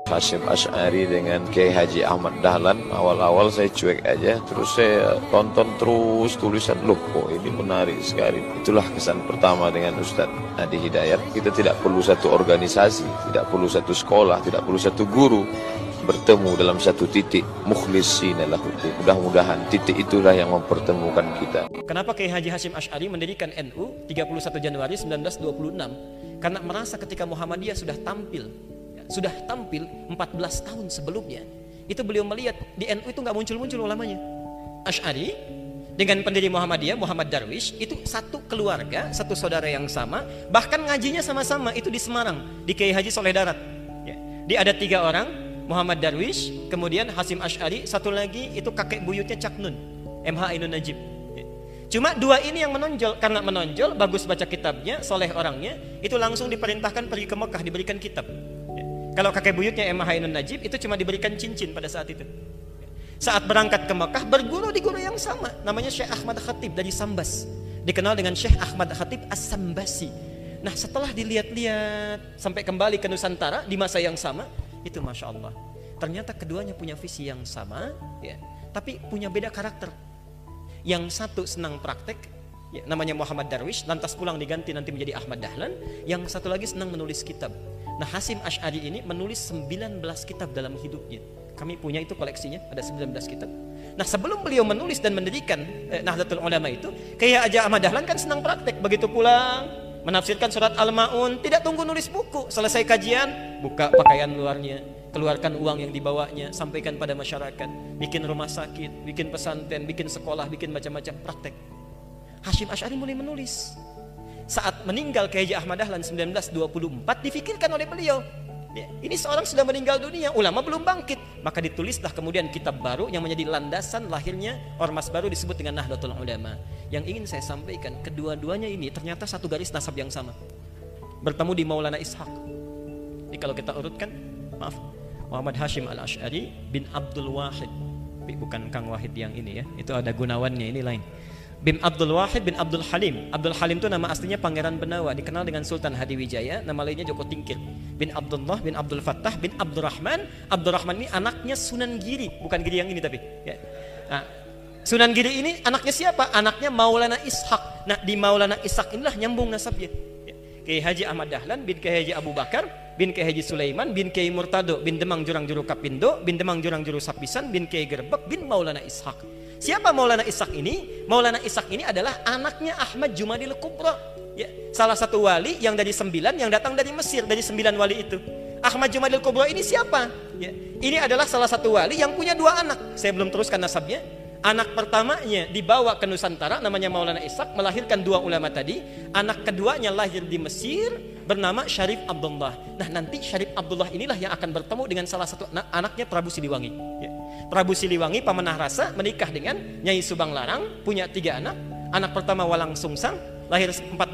Hasyim Asy'ari dengan Kiai Haji Ahmad Dahlan. Awal-awal saya cuek aja, terus saya tonton terus tulisan, loh kok ini menarik sekali. Itulah kesan pertama dengan Ustadz Adi Hidayat. Kita tidak perlu satu organisasi, tidak perlu satu sekolah, tidak perlu satu guru, bertemu dalam satu titik, mukhlishina lahuddin. Mudah-mudahan titik itulah yang mempertemukan kita. Kenapa Kiai Haji Hasyim Asy'ari mendirikan NU 31 Januari 1926? Karena merasa ketika Muhammadiyah sudah tampil 14 tahun sebelumnya, itu beliau melihat di NU itu nggak muncul-muncul ulamanya. Asy'ari dengan pendiri Muhammadiyah, Muhammad Darwish, itu satu keluarga, satu saudara yang sama, bahkan ngajinya sama-sama, itu di Semarang, di Kiai Haji Soleh Darat. Dia ada 3 orang, Muhammad Darwish, kemudian Hasyim Asy'ari, satu lagi itu kakek buyutnya Cak Nun, MH Ainun Najib. Cuma 2 ini yang menonjol, karena menonjol, bagus baca kitabnya, soleh orangnya, itu langsung diperintahkan pergi ke Mekah, diberikan kitab. Kalau kakek buyutnya MH Ainun Najib itu cuma diberikan cincin pada saat itu. Saat berangkat ke Mekah berguru di guru yang sama, namanya Syekh Ahmad Khatib dari Sambas, dikenal dengan Syekh Ahmad Khatib As-Sambasi. Nah setelah dilihat-lihat sampai kembali ke Nusantara di masa yang sama, itu Masya Allah, ternyata keduanya punya visi yang sama, ya, tapi punya beda karakter. Yang satu senang praktek, ya, namanya Muhammad Darwish, lantas pulang diganti nanti menjadi Ahmad Dahlan. Yang satu lagi senang menulis kitab. Nah Hasyim Asy'ari ini menulis 19 kitab dalam hidupnya. Kami punya itu koleksinya, ada 19 kitab. Nah sebelum beliau menulis dan mendirikan Nahdlatul Ulama itu, kayak aja Ahmad Dahlan kan senang praktek. Begitu pulang menafsirkan surat Al-Ma'un, tidak tunggu nulis buku. Selesai kajian, buka pakaian luarnya, keluarkan uang yang dibawanya, sampaikan pada masyarakat, bikin rumah sakit, bikin pesantren, bikin sekolah, bikin macam-macam praktek. Hasyim Asy'ari mulai menulis. Saat meninggal Kiai Haji Ahmad Dahlan 1924, difikirkan oleh beliau, ya, ini seorang sudah meninggal dunia, ulama belum bangkit, maka ditulislah kemudian kitab baru yang menjadi landasan lahirnya ormas baru disebut dengan Nahdlatul Ulama. Yang ingin saya sampaikan, kedua-duanya ini ternyata satu garis nasab yang sama, bertemu di Maulana Ishaq. Jadi kalau kita urutkan, maaf, Muhammad Hasyim Al-Asy'ari bin Abdul Wahid, bukan Kang Wahid yang ini ya, itu ada Gunawannya, ini lain. Bin Abdul Wahid bin Abdul Halim. Abdul Halim itu nama aslinya Pangeran Benawa, dikenal dengan Sultan Hadiwijaya, nama lainnya Joko Tingkir. Bin Abdullah bin Abdul Fattah bin Abdurrahman. Abdurrahman ini anaknya Sunan Giri, bukan Giri yang ini tapi ya. Nah, Sunan Giri ini anaknya siapa? Anaknya Maulana Ishaq. Nah di Maulana Ishaq inilah nyambung nasabnya, ya. Kiai Haji Ahmad Dahlan bin Kiai Haji Abu Bakar bin Kiai Haji Sulaiman bin Kiai Murtado bin Demang Jurang Juru Kapindo bin Demang Jurang Juru Sapisan bin Kiai Gerbek bin Maulana Ishaq. Siapa Maulana Ishaq ini? Maulana Ishaq ini adalah anaknya Ahmad Jumadil Kubra, ya, salah satu wali yang dari 9 yang datang dari Mesir, dari 9 wali itu. Ahmad Jumadil Kubra ini siapa? Ya, ini adalah salah satu wali yang punya 2 anak. Saya belum teruskan nasabnya. Anak pertamanya dibawa ke Nusantara, namanya Maulana Ishaq, melahirkan 2 ulama tadi. Anak keduanya lahir di Mesir, bernama Syarif Abdullah. Nah nanti Syarif Abdullah inilah yang akan bertemu dengan salah satu anaknya Prabu Siliwangi, ya. Prabu Siliwangi pamanah rasa menikah dengan Nyai Subang Larang, punya 3 anak. Anak pertama Walang Sungsang, lahir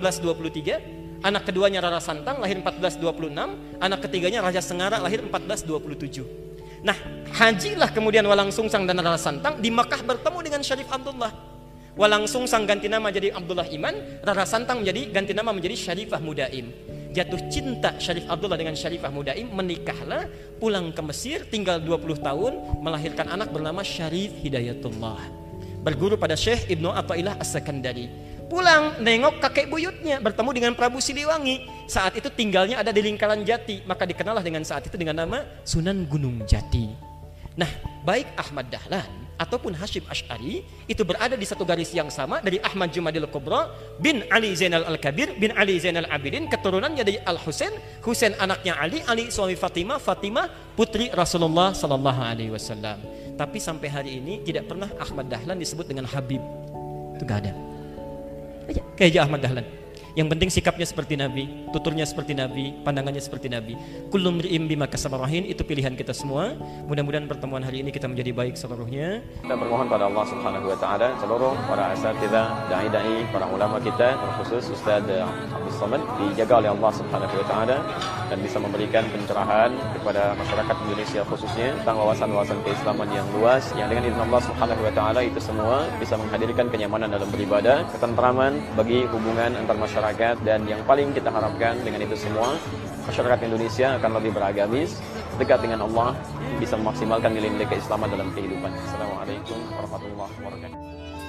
1423. Anak keduanya Rara Santang, lahir 1426. Anak ketiganya Raja Sengara, lahir 1427. Nah hajilah kemudian Walang Sungsang dan Rara Santang di Makkah bertemu dengan Syarif Abdullah. Walang Sungsang ganti nama jadi Abdullah Iman, Rara Santang ganti nama menjadi Syarifah Mudaim. Jatuh cinta Syarif Abdullah dengan Syarifah Mudaim, menikahlah, pulang ke Mesir, tinggal 20 tahun, melahirkan anak bernama Syarif Hidayatullah. Berguru pada Syekh Ibnu Athaillah As-Sakandari. Pulang nengok kakek buyutnya, bertemu dengan Prabu Siliwangi. Saat itu tinggalnya ada di lingkaran Jati, maka dikenallah dengan saat itu dengan nama Sunan Gunung Jati. Nah, baik Ahmad Dahlan ataupun Hasyim Asy'ari itu berada di satu garis yang sama, dari Ahmad Jumadil Kubra bin Ali Zainal Al-Kabir bin Ali Zainal Abidin, keturunannya dari Al-Husain, Husain anaknya Ali, Ali suami Fatimah, Fatimah putri Rasulullah sallallahu alaihi wasallam. Tapi sampai hari ini tidak pernah Ahmad Dahlan disebut dengan Habib. Itu gak ada. Kayak Ahmad Dahlan. Yang penting sikapnya seperti Nabi, tuturnya seperti Nabi, pandangannya seperti Nabi. Kullu mri'in bima kasaba rahin, itu pilihan kita semua. Mudah-mudahan pertemuan hari ini kita menjadi baik seluruhnya. Kita bermohon pada Allah Subhanahu wa taala, seluruh para asatidzah, dai-dai, para ulama kita, terkhusus Ustaz Abdul Somad, dijaga oleh Allah Subhanahu wa taala dan bisa memberikan pencerahan kepada masyarakat Indonesia khususnya tentang wawasan-wawasan keislaman yang luas, yang dengan izin Allah Subhanahu wa taala itu semua bisa menghadirkan kenyamanan dalam beribadah, ketentraman bagi hubungan antar masyarakat, dan yang paling kita harapkan dengan itu semua, masyarakat Indonesia akan lebih beragamis, dekat dengan Allah, bisa memaksimalkan nilai-nilai keislaman dalam kehidupan. Assalamualaikum warahmatullahi wabarakatuh.